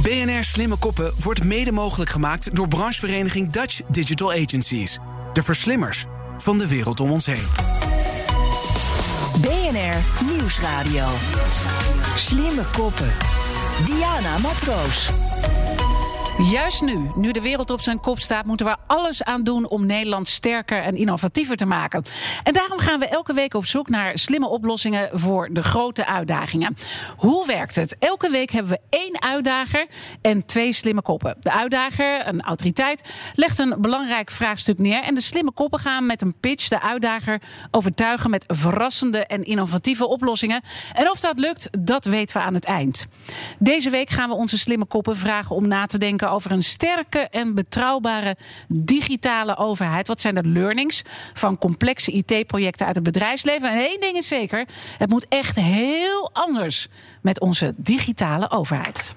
BNR Slimme Koppen wordt mede mogelijk gemaakt door branchevereniging Dutch Digital Agencies. De verslimmers van de wereld om ons heen. BNR Nieuwsradio. Slimme Koppen. Diana Matroos. Juist nu de wereld op zijn kop staat, moeten we alles aan doen om Nederland sterker en innovatiever te maken. En daarom gaan we elke week op zoek naar slimme oplossingen voor de grote uitdagingen. Hoe werkt het? Elke week hebben we 1 uitdager en 2 slimme koppen. De uitdager, een autoriteit, legt een belangrijk vraagstuk neer en de slimme koppen gaan met een pitch de uitdager overtuigen met verrassende en innovatieve oplossingen. En of dat lukt, dat weten we aan het eind. Deze week gaan we onze slimme koppen vragen om na te denken over een sterke en betrouwbare digitale overheid. Wat zijn de learnings van complexe IT-projecten uit het bedrijfsleven? En 1 ding is zeker, het moet echt heel anders met onze digitale overheid.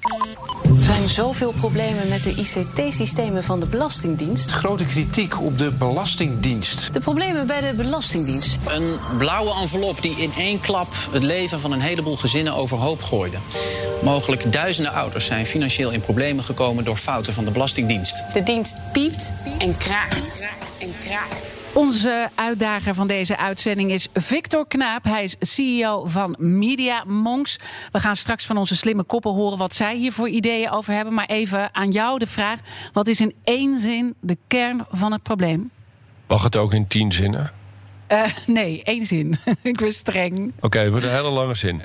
Er zijn zoveel problemen met de ICT-systemen van de Belastingdienst. Grote kritiek op de Belastingdienst. De problemen bij de Belastingdienst. Een blauwe envelop die in 1 klap het leven van een heleboel gezinnen overhoop gooide. Mogelijk duizenden ouders zijn financieel in problemen gekomen door fouten van de Belastingdienst. De dienst piept en kraakt. En kraakt. Onze uitdager van deze uitzending is Victor Knaap. Hij is CEO van Media Monks. We gaan straks van onze slimme koppen horen wat zij hier voor ideeën over hebben. Maar even aan jou de vraag. Wat is in 1 zin de kern van het probleem? Mag het ook in 10 zinnen? Nee, 1 zin. Ik ben streng. Oké, voor de hele lange zin.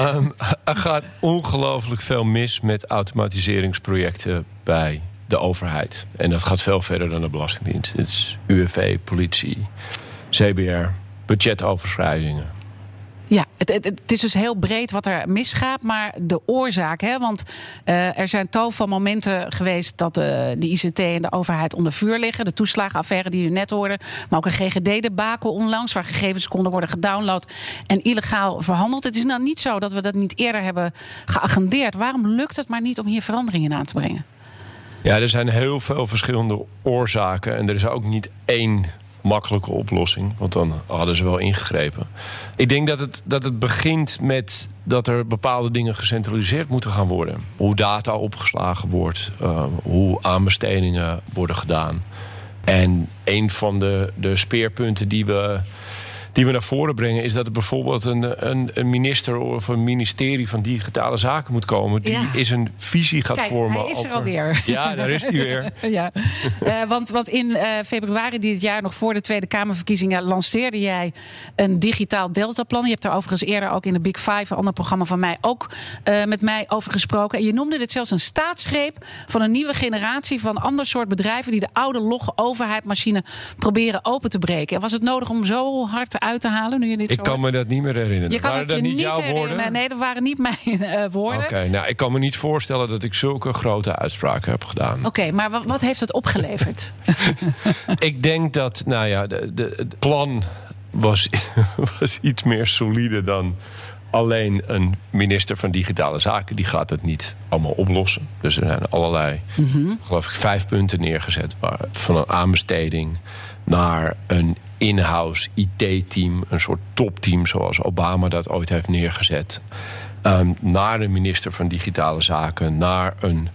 Er gaat ongelooflijk veel mis met automatiseringsprojecten bij de overheid. En dat gaat veel verder dan de Belastingdienst. Het is UWV, politie, CBR, budgetoverschrijdingen. Ja, het is dus heel breed wat er misgaat, maar de oorzaak, hè, want er zijn tal van momenten geweest dat de ICT en de overheid onder vuur liggen. De toeslagenaffaire die u net hoorde, maar ook een GGD-debakel onlangs, waar gegevens konden worden gedownload en illegaal verhandeld. Het is nou niet zo dat we dat niet eerder hebben geagendeerd. Waarom lukt het maar niet om hier veranderingen in aan te brengen? Ja, er zijn heel veel verschillende oorzaken en er is ook niet 1 makkelijke oplossing, want dan hadden ze wel ingegrepen. Ik denk dat het begint met dat er bepaalde dingen gecentraliseerd moeten gaan worden. Hoe data opgeslagen wordt, hoe aanbestedingen worden gedaan. En een van de speerpunten die we naar voren brengen is dat er bijvoorbeeld een minister of een ministerie van Digitale Zaken moet komen die eens een visie gaat vormen. Hij is er alweer. Ja, daar is hij weer. Ja. Want in februari dit jaar, nog voor de Tweede Kamerverkiezingen, lanceerde jij een digitaal deltaplan. Je hebt daar overigens eerder ook in de Big Five, een ander programma van mij, ook met mij over gesproken. En je noemde dit zelfs een staatsgreep van een nieuwe generatie van ander soort bedrijven die de oude logge overheidmachine proberen open te breken. Was het nodig om zo hard uit te halen nu je dit zo Ik kan me dat niet meer herinneren. Je kan het je niet herinneren. Nee, dat waren niet mijn woorden. Oké, nou, ik kan me niet voorstellen dat ik zulke grote uitspraken heb gedaan. Oké, maar wat heeft het opgeleverd? Ik denk dat, het plan was iets meer solide dan alleen een minister van Digitale Zaken. Die gaat het niet allemaal oplossen. Dus er zijn allerlei, geloof ik, 5 punten neergezet. Van een aanbesteding naar een in-house IT-team, een soort topteam zoals Obama dat ooit heeft neergezet. Naar een minister van Digitale Zaken, naar een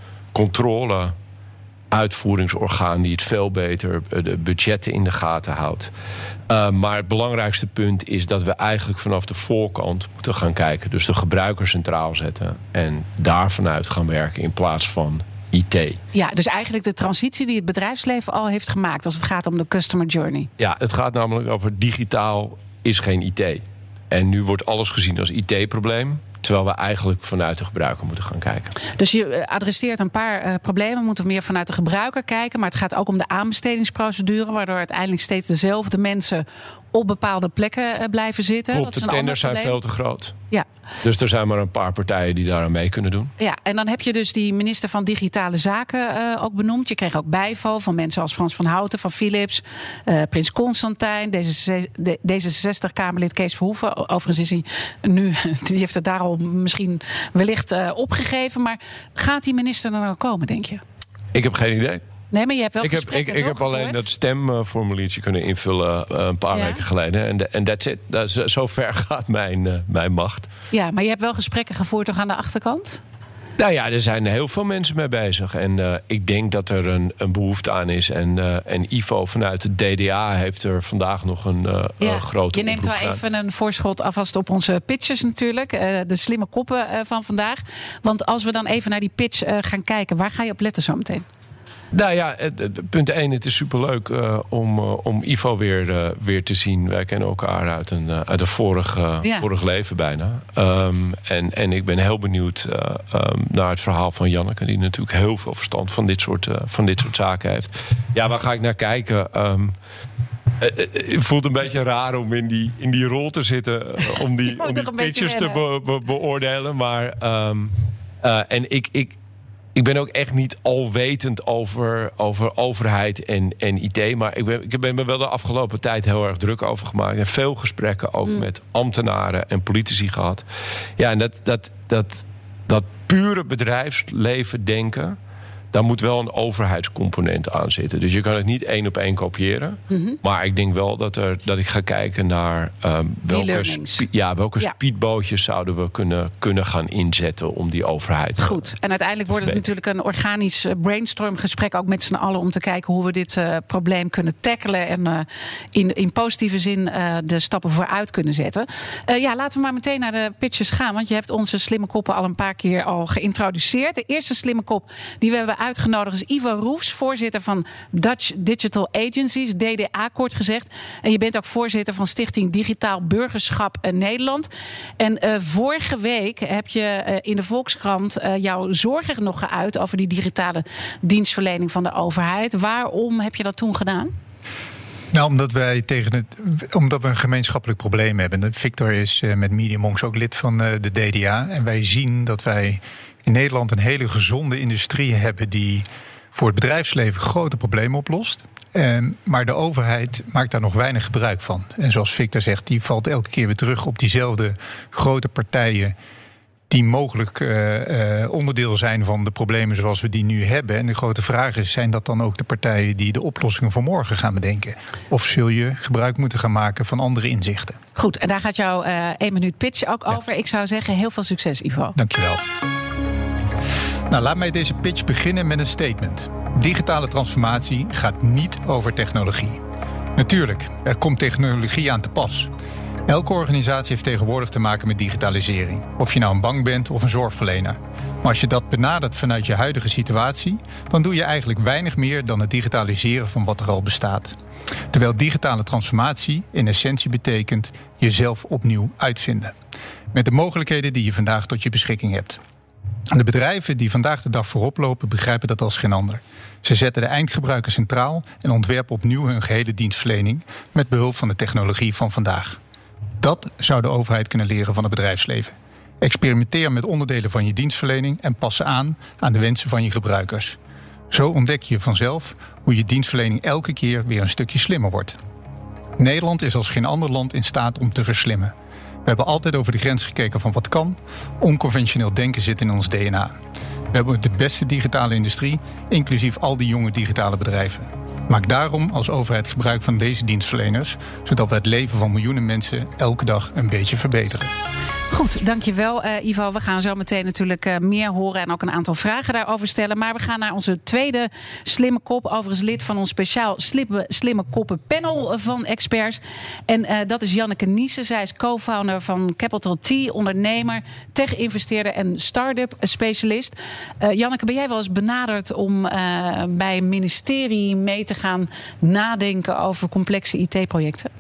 controle-uitvoeringsorgaan die het veel beter de budgetten in de gaten houdt. Maar het belangrijkste punt is dat we eigenlijk vanaf de voorkant moeten gaan kijken. Dus de gebruiker centraal zetten en daar vanuit gaan werken in plaats van IT. Ja, dus eigenlijk de transitie die het bedrijfsleven al heeft gemaakt als het gaat om de customer journey. Ja, het gaat namelijk over digitaal is geen IT. En nu wordt alles gezien als IT-probleem. Terwijl we eigenlijk vanuit de gebruiker moeten gaan kijken. Dus je adresseert een paar problemen. We moeten meer vanuit de gebruiker kijken. Maar het gaat ook om de aanbestedingsprocedure. Waardoor uiteindelijk steeds dezelfde mensen op bepaalde plekken blijven zitten. Klopt, de tenders zijn veel te groot. Ja. Dus er zijn maar een paar partijen die daaraan mee kunnen doen. Ja, en dan heb je dus die minister van Digitale Zaken ook benoemd. Je kreeg ook bijval van mensen als Frans van Houten, van Philips, Prins Constantijn, D66-Kamerlid Kees Verhoeven. Overigens is hij nu, die heeft het daar al misschien wellicht opgegeven. Maar gaat die minister er nou komen, denk je? Ik heb geen idee. Nee, maar je hebt wel gesprekken, Ik heb alleen dat stemformuliertje kunnen invullen een paar weken geleden. En that's it. Zo ver gaat mijn macht. Ja, maar je hebt wel gesprekken gevoerd toch aan de achterkant? Nou ja, er zijn heel veel mensen mee bezig. En ik denk dat er een behoefte aan is. En Ivo vanuit de DDA heeft er vandaag nog een grote Je neemt wel even een voorschot alvast op onze pitches natuurlijk. De slimme koppen van vandaag. Want als we dan even naar die pitch gaan kijken, waar ga je op letten zometeen? Nou ja, punt 1, het is superleuk om Ivo weer te zien. Wij kennen elkaar uit een vorig leven bijna. En ik ben heel benieuwd naar het verhaal van Janneke, die natuurlijk heel veel verstand van dit soort zaken heeft. Ja, waar ga ik naar kijken? Het voelt een beetje raar om in die rol te zitten, om die pitches te beoordelen. Maar en ik ben ook echt niet alwetend over overheid en IT. Maar ik ben me wel de afgelopen tijd heel erg druk over gemaakt. En veel gesprekken ook met ambtenaren en politici gehad. Ja, en dat pure bedrijfsleven denken, daar moet wel een overheidscomponent aan zitten. Dus je kan het niet 1 op 1 kopiëren. Mm-hmm. Maar ik denk wel dat ik ga kijken naar welke speedbootjes zouden we kunnen gaan inzetten om die overheid. Goed. En uiteindelijk wordt het natuurlijk een organisch brainstormgesprek, ook met z'n allen, om te kijken hoe we dit probleem kunnen tackelen en in positieve zin de stappen vooruit kunnen zetten. Laten we maar meteen naar de pitches gaan, want je hebt onze slimme koppen al een paar keer geïntroduceerd. De eerste slimme kop die we hebben uitgenodigd is Ivo Roefs, voorzitter van Dutch Digital Agencies, DDA kort gezegd. En je bent ook voorzitter van Stichting Digitaal Burgerschap Nederland. En vorige week heb je in de Volkskrant jouw zorgen nog geuit over die digitale dienstverlening van de overheid. Waarom heb je dat toen gedaan? Nou, omdat we een gemeenschappelijk probleem hebben. Victor is met Media.Monks ook lid van de DDA. En wij zien dat wij in Nederland een hele gezonde industrie hebben die voor het bedrijfsleven grote problemen oplost. Maar de overheid maakt daar nog weinig gebruik van. En zoals Victor zegt, die valt elke keer weer terug op diezelfde grote partijen die mogelijk onderdeel zijn van de problemen zoals we die nu hebben. En de grote vraag is, zijn dat dan ook de partijen die de oplossingen voor morgen gaan bedenken? Of zul je gebruik moeten gaan maken van andere inzichten? Goed, en daar gaat jouw 1 minuut pitch ook over. Ik zou zeggen, heel veel succes, Ivo. Dankjewel. Nou, laat mij deze pitch beginnen met een statement. Digitale transformatie gaat niet over technologie. Natuurlijk, er komt technologie aan te pas. Elke organisatie heeft tegenwoordig te maken met digitalisering. Of je nou een bank bent of een zorgverlener. Maar als je dat benadert vanuit je huidige situatie, dan doe je eigenlijk weinig meer dan het digitaliseren van wat er al bestaat. Terwijl digitale transformatie in essentie betekent jezelf opnieuw uitvinden. Met de mogelijkheden die je vandaag tot je beschikking hebt. En de bedrijven die vandaag de dag voorop lopen begrijpen dat als geen ander. Ze zetten de eindgebruiker centraal en ontwerpen opnieuw hun gehele dienstverlening met behulp van de technologie van vandaag. Dat zou de overheid kunnen leren van het bedrijfsleven. Experimenteer met onderdelen van je dienstverlening en pas ze aan de wensen van je gebruikers. Zo ontdek je vanzelf hoe je dienstverlening elke keer weer een stukje slimmer wordt. Nederland is als geen ander land in staat om te verslimmen. We hebben altijd over de grens gekeken van wat kan. Onconventioneel denken zit in ons DNA. We hebben de beste digitale industrie, inclusief al die jonge digitale bedrijven. Maak daarom als overheid gebruik van deze dienstverleners, zodat we het leven van miljoenen mensen elke dag een beetje verbeteren. Goed, dankjewel Ivo. We gaan zo meteen natuurlijk meer horen en ook een aantal vragen daarover stellen. Maar we gaan naar onze tweede slimme kop. Overigens lid van ons speciaal slimme koppen panel van experts. En dat is Janneke Niesen. Zij is co-founder van Capital T, ondernemer, tech-investeerder en start-up specialist. Janneke, ben jij wel eens benaderd om bij een ministerie mee te gaan nadenken over complexe IT-projecten?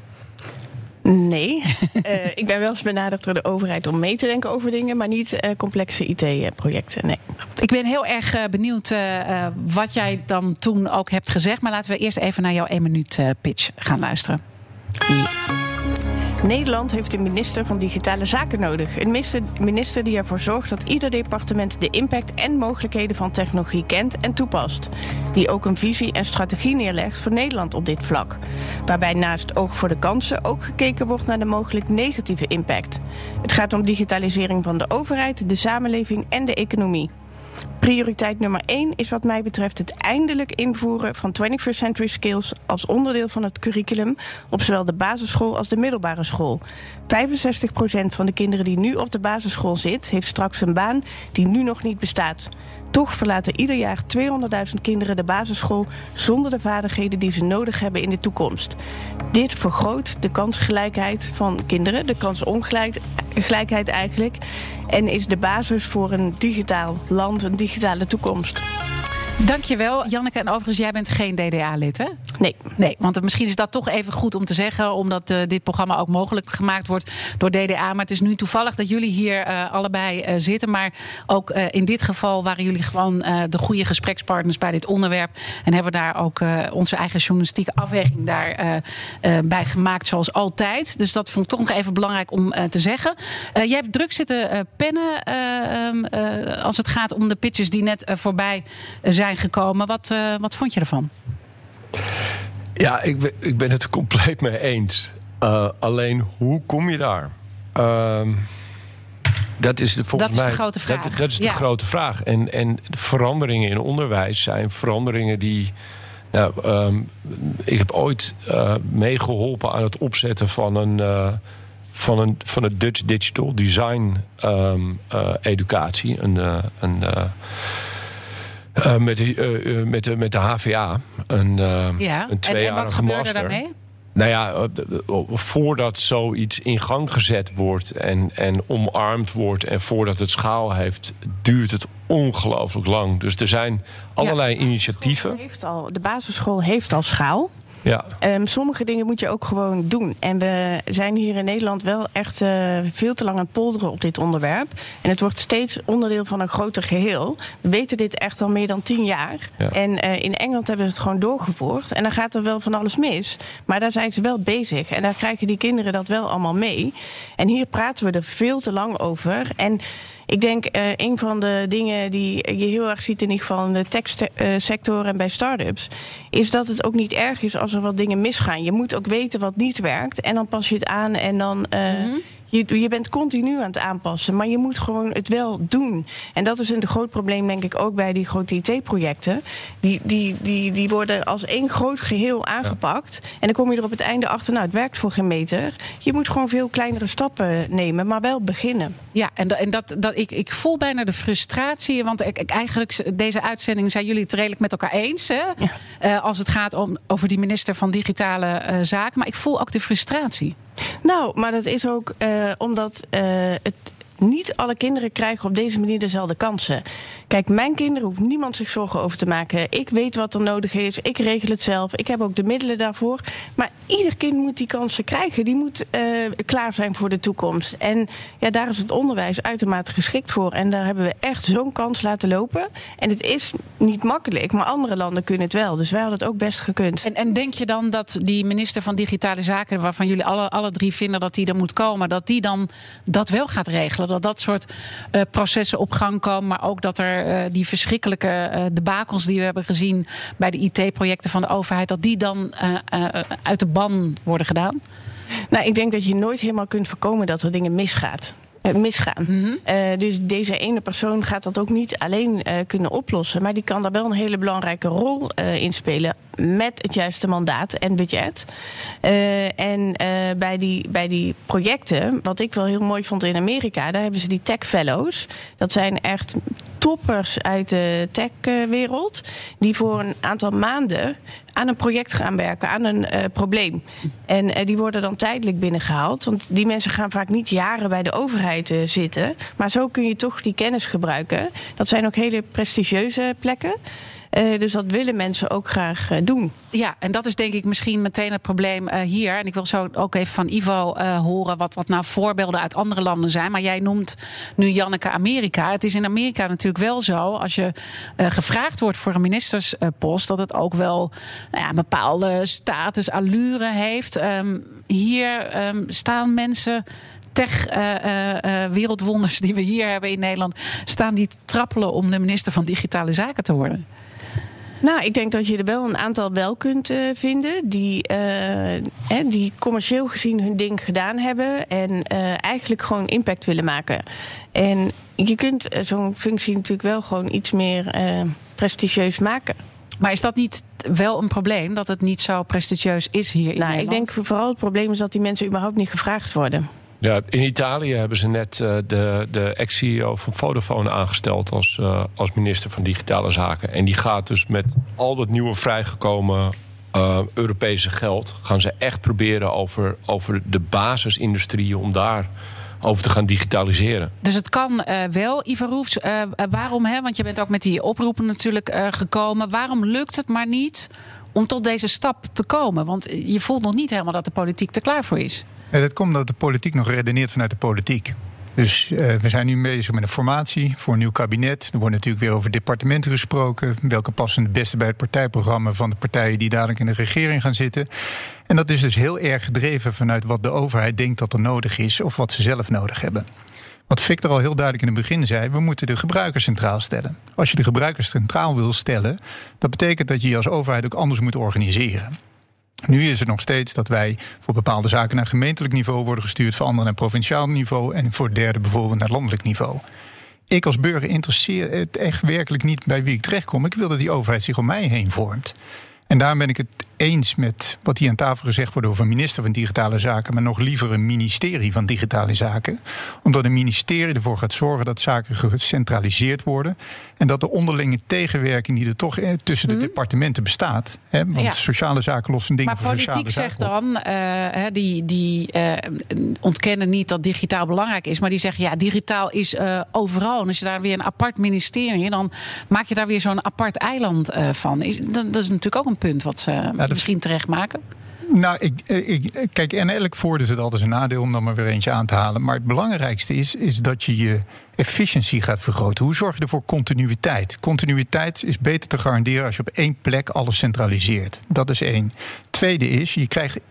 Nee, ik ben wel eens benaderd door de overheid om mee te denken over dingen, maar niet complexe IT-projecten, nee. Ik ben heel erg benieuwd wat jij dan toen ook hebt gezegd, maar laten we eerst even naar jouw 1 minuut pitch gaan luisteren. Nederland heeft een minister van Digitale Zaken nodig. Een minister die ervoor zorgt dat ieder departement de impact en mogelijkheden van technologie kent en toepast. Die ook een visie en strategie neerlegt voor Nederland op dit vlak. Waarbij naast oog voor de kansen ook gekeken wordt naar de mogelijk negatieve impact. Het gaat om digitalisering van de overheid, de samenleving en de economie. Prioriteit nummer 1 is wat mij betreft het eindelijk invoeren van 21st Century Skills als onderdeel van het curriculum op zowel de basisschool als de middelbare school. 65% van de kinderen die nu op de basisschool zit, heeft straks een baan die nu nog niet bestaat. Toch verlaten ieder jaar 200.000 kinderen de basisschool zonder de vaardigheden die ze nodig hebben in de toekomst. Dit vergroot de kansgelijkheid van kinderen, de kansongelijkheid eigenlijk, en is de basis voor een digitaal land, een digitale toekomst. Dankjewel, Janneke. En overigens, jij bent geen DDA-lid, hè? Nee, want misschien is dat toch even goed om te zeggen, omdat dit programma ook mogelijk gemaakt wordt door DDA. Maar het is nu toevallig dat jullie hier allebei zitten. Maar ook in dit geval waren jullie gewoon de goede gesprekspartners bij dit onderwerp. En hebben daar ook onze eigen journalistieke afweging bij gemaakt, zoals altijd. Dus dat vond ik toch nog even belangrijk om te zeggen. Jij hebt druk zitten pennen als het gaat om de pitches die net voorbij zijn gekomen. Wat vond je ervan? Ja, ik ben het compleet mee eens. Alleen, hoe kom je daar? Dat is volgens mij de grote vraag. Dat is de grote vraag. En veranderingen in onderwijs zijn veranderingen die... ik heb ooit meegeholpen aan het opzetten van een Dutch Digital Design educatie. Met de HVA. Een 2-jarige en wat gebeurde master. daarmee? Nou ja, voordat zoiets in gang gezet wordt en omarmd wordt en voordat het schaal heeft, duurt het ongelooflijk lang. Dus er zijn allerlei initiatieven. De basisschool heeft al schaal. Ja. Sommige dingen moet je ook gewoon doen. En we zijn hier in Nederland wel echt veel te lang aan het polderen op dit onderwerp. En het wordt steeds onderdeel van een groter geheel. We weten dit echt al meer dan 10 jaar. Ja. En in Engeland hebben ze het gewoon doorgevoerd. En dan gaat er wel van alles mis. Maar daar zijn ze wel bezig. En daar krijgen die kinderen dat wel allemaal mee. En hier praten we er veel te lang over. En ik denk, een van de dingen die je heel erg ziet in ieder geval in de techsector en bij start-ups, is dat het ook niet erg is als er wat dingen misgaan. Je moet ook weten wat niet werkt en dan pas je het aan en dan... Je bent continu aan het aanpassen, maar je moet gewoon het wel doen. En dat is een groot probleem, denk ik, ook bij die grote IT-projecten. Die worden als één groot geheel aangepakt. En dan kom je er op het einde achter, nou, het werkt voor geen meter. Je moet gewoon veel kleinere stappen nemen, maar wel beginnen. Ja, en ik voel bijna de frustratie. Want eigenlijk, deze uitzending zijn jullie het redelijk met elkaar eens. Hè? Ja. Als het gaat over die minister van Digitale Zaken. Maar ik voel ook de frustratie. Nou, maar dat is ook omdat niet alle kinderen krijgen op deze manier dezelfde kansen. Kijk, mijn kinderen hoeft niemand zich zorgen over te maken. Ik weet wat er nodig is. Ik regel het zelf. Ik heb ook de middelen daarvoor. Maar ieder kind moet die kansen krijgen. Die moet klaar zijn voor de toekomst. En ja, daar is het onderwijs uitermate geschikt voor. En daar hebben we echt zo'n kans laten lopen. En het is niet makkelijk, maar andere landen kunnen het wel. Dus wij hadden het ook best gekund. En denk je dan dat die minister van Digitale Zaken, waarvan jullie alle drie vinden dat die er moet komen, dat die dan dat wel gaat regelen? Dat soort processen op gang komen, maar ook dat er die verschrikkelijke debakels die we hebben gezien bij de IT-projecten van de overheid, dat die dan uit de ban worden gedaan? Nou, ik denk dat je nooit helemaal kunt voorkomen dat er dingen misgaan. Dus deze ene persoon gaat dat ook niet alleen kunnen oplossen, maar die kan daar wel een hele belangrijke rol in spelen met het juiste mandaat en budget. Bij die projecten, wat ik wel heel mooi vond in Amerika, daar hebben ze die tech fellows. Dat zijn echt toppers uit de techwereld die voor een aantal maanden aan een project gaan werken, aan een probleem. En die worden dan tijdelijk binnengehaald. Want die mensen gaan vaak niet jaren bij de overheid zitten. Maar zo kun je toch die kennis gebruiken. Dat zijn ook hele prestigieuze plekken. Dus dat willen mensen ook graag doen. Ja, en dat is denk ik misschien meteen het probleem hier. En ik wil zo ook even van Ivo horen wat nou voorbeelden uit andere landen zijn. Maar jij noemt nu, Janneke, Amerika. Het is in Amerika natuurlijk wel zo, als je gevraagd wordt voor een ministerspost, dat het ook wel een bepaalde status, allure heeft. Hier staan mensen, tech-wereldwonders die we hier hebben in Nederland, staan die trappelen om de minister van Digitale Zaken te worden. Nou, ik denk dat je er wel een aantal wel kunt vinden die commercieel gezien hun ding gedaan hebben en eigenlijk gewoon impact willen maken. En je kunt zo'n functie natuurlijk wel gewoon iets meer prestigieus maken. Maar is dat niet wel een probleem, dat het niet zo prestigieus is hier in Nederland? Ik denk vooral het probleem is dat die mensen überhaupt niet gevraagd worden. Ja, in Italië hebben ze net de ex-CEO van Vodafone aangesteld als minister van Digitale Zaken. En die gaat dus met al dat nieuwe vrijgekomen Europese geld, gaan ze echt proberen over de basisindustrieën om daar over te gaan digitaliseren. Dus het kan wel, Ivar Roefs. Waarom, want je bent ook met die oproepen natuurlijk gekomen. Waarom lukt het maar niet om tot deze stap te komen? Want je voelt nog niet helemaal dat de politiek er klaar voor is. Ja, dat komt omdat de politiek nog redeneert vanuit de politiek. Dus we zijn nu bezig met een formatie voor een nieuw kabinet. Er wordt natuurlijk weer over departementen gesproken. Welke passen het beste bij het partijprogramma van de partijen die dadelijk in de regering gaan zitten. En dat is dus heel erg gedreven vanuit wat de overheid denkt dat er nodig is of wat ze zelf nodig hebben. Wat Victor al heel duidelijk in het begin zei, we moeten de gebruiker centraal stellen. Als je de gebruiker centraal wil stellen, dat betekent dat je je als overheid ook anders moet organiseren. Nu is het nog steeds dat wij voor bepaalde zaken naar gemeentelijk niveau worden gestuurd, voor anderen naar provinciaal niveau en voor derde bijvoorbeeld naar landelijk niveau. Ik als burger interesseer het echt werkelijk niet bij wie ik terechtkom. Ik wil dat die overheid zich om mij heen vormt. En daarom ben ik het eens met wat hier aan tafel gezegd wordt over een minister van Digitale Zaken, maar nog liever een ministerie van Digitale Zaken. Omdat een ministerie ervoor gaat zorgen dat zaken gecentraliseerd worden en dat de onderlinge tegenwerking die er toch tussen de departementen bestaat. Want sociale zaken lossen dingen voor sociale zaken. Maar politiek zegt dan, die ontkennen niet dat digitaal belangrijk is, maar die zeggen ja, digitaal is overal. En als je daar weer een apart ministerie, dan maak je daar weer zo'n apart eiland van. Dat is natuurlijk ook een punt wat ze misschien terecht maken. Nou, kijk, en elk voordeel zit altijd een nadeel om dan maar weer eentje aan te halen. Maar het belangrijkste is dat je efficiëntie gaat vergroten. Hoe zorg je ervoor continuïteit? Continuïteit is beter te garanderen als je op één plek alles centraliseert. Dat is één. Tweede is, je krijgt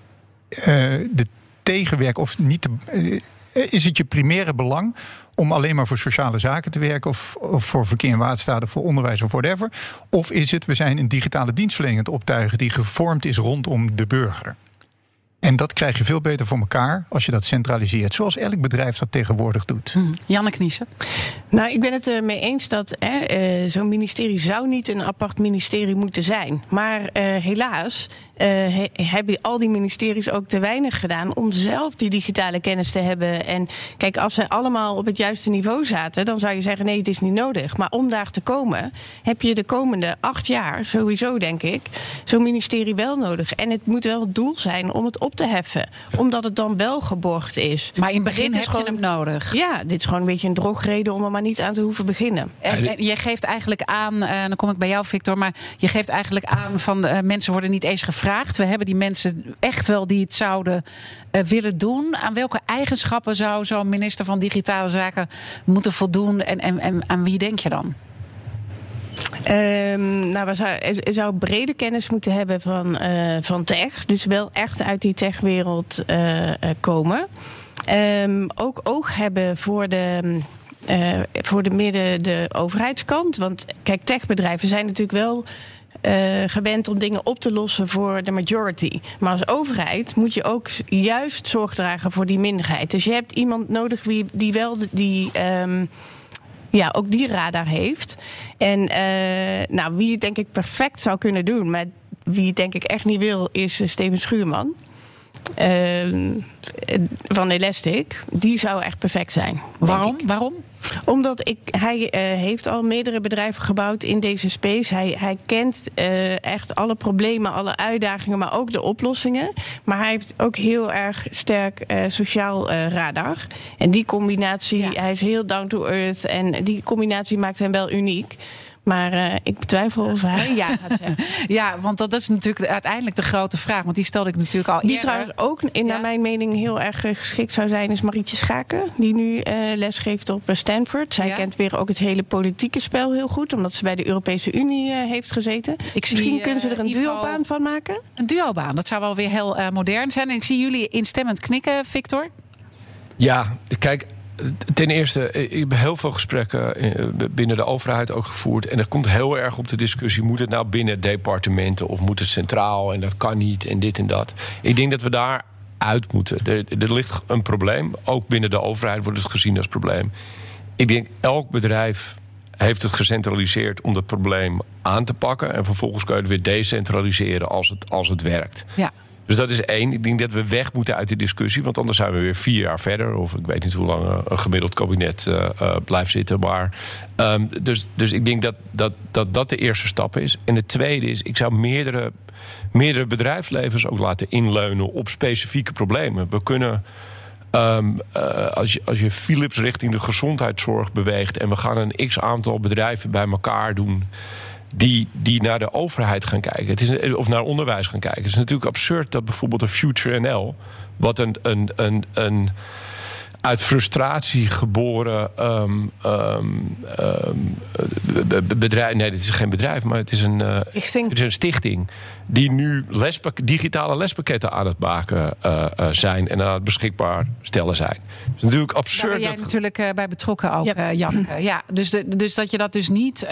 de tegenwerk of niet is het je primaire belang om alleen maar voor sociale zaken te werken of voor verkeer en waterstaat, voor onderwijs of whatever? Of is het, we zijn een digitale dienstverlening aan het optuigen die gevormd is rondom de burger? En dat krijg je veel beter voor elkaar als je dat centraliseert, zoals elk bedrijf dat tegenwoordig doet. Janne Kniessen. Nou, ik ben het ermee eens dat zo'n ministerie zou niet een apart ministerie moeten zijn. Maar helaas hebben al die ministeries ook te weinig gedaan om zelf die digitale kennis te hebben. En kijk, als ze allemaal op het juiste niveau zaten, dan zou je zeggen nee, het is niet nodig. Maar om daar te komen, heb je de komende 8 jaar, sowieso denk ik, zo'n ministerie wel nodig. En het moet wel het doel zijn om het op te heffen. Omdat het dan wel geborgd is. Maar in het begin heb je hem nodig. Ja, dit is gewoon een beetje een drogreden om er maar niet aan te hoeven beginnen. En je geeft eigenlijk aan, dan kom ik bij jou Victor, maar je geeft eigenlijk aan van mensen worden niet eens gevraagd. We hebben die mensen echt wel die het zouden willen doen. Aan welke eigenschappen zou zo'n minister van Digitale Zaken moeten voldoen? En aan wie denk je dan? Er zou brede kennis moeten hebben van tech. Dus wel echt uit die techwereld komen. Ook oog hebben voor de overheidskant. Want kijk, techbedrijven zijn natuurlijk wel gewend om dingen op te lossen voor de majority. Maar als overheid moet je ook juist zorg dragen voor die minderheid. Dus je hebt iemand nodig die wel ook die radar heeft. En wie het denk ik perfect zou kunnen doen, maar wie het denk ik echt niet wil, is Steven Schuurman. Van Elastic. Die zou echt perfect zijn. Waarom? Omdat hij heeft al meerdere bedrijven gebouwd in deze space. Hij kent echt alle problemen, alle uitdagingen, maar ook de oplossingen. Maar hij heeft ook heel erg sterk sociaal radar. En die combinatie, hij is heel down to earth. En die combinatie maakt hem wel uniek. Maar ik betwijfel of hij ja gaat zeggen. Ja, want dat is natuurlijk uiteindelijk de grote vraag. Want die stelde ik natuurlijk al eerder. Die trouwens ook, naar mijn mening, heel erg geschikt zou zijn, is Marietje Schaken. Die nu lesgeeft op Stanford. Zij kent weer ook het hele politieke spel heel goed. Omdat ze bij de Europese Unie heeft gezeten. Misschien kunnen ze er een duobaan van maken. Een duobaan, dat zou wel weer heel modern zijn. En ik zie jullie instemmend knikken, Victor. Ja, kijk, ten eerste, ik heb heel veel gesprekken binnen de overheid ook gevoerd. En er komt heel erg op de discussie, moet het nou binnen departementen of moet het centraal en dat kan niet en dit en dat. Ik denk dat we daar uit moeten. Er ligt een probleem. Ook binnen de overheid wordt het gezien als probleem. Ik denk, elk bedrijf heeft het gecentraliseerd om dat probleem aan te pakken. En vervolgens kan je het weer decentraliseren als het werkt. Ja. Dus dat is één. Ik denk dat we weg moeten uit die discussie. Want anders zijn we weer 4 jaar verder. Of ik weet niet hoe lang een gemiddeld kabinet blijft zitten. Maar, dus ik denk dat de eerste stap is. En de tweede is, ik zou meerdere bedrijfslevens ook laten inleunen op specifieke problemen. We kunnen, als je Philips richting de gezondheidszorg beweegt en we gaan een x-aantal bedrijven bij elkaar doen die naar de overheid gaan kijken, of naar onderwijs gaan kijken. Het is natuurlijk absurd dat bijvoorbeeld een Future NL, wat een uit frustratie geboren bedrijf. Nee, dit is geen bedrijf, maar het is een stichting die nu digitale lespakketten aan het maken zijn en aan het beschikbaar stellen zijn. Het is natuurlijk absurd. Daar ben jij natuurlijk bij betrokken ook, Janneke. Ja, dus dat je dat dus niet.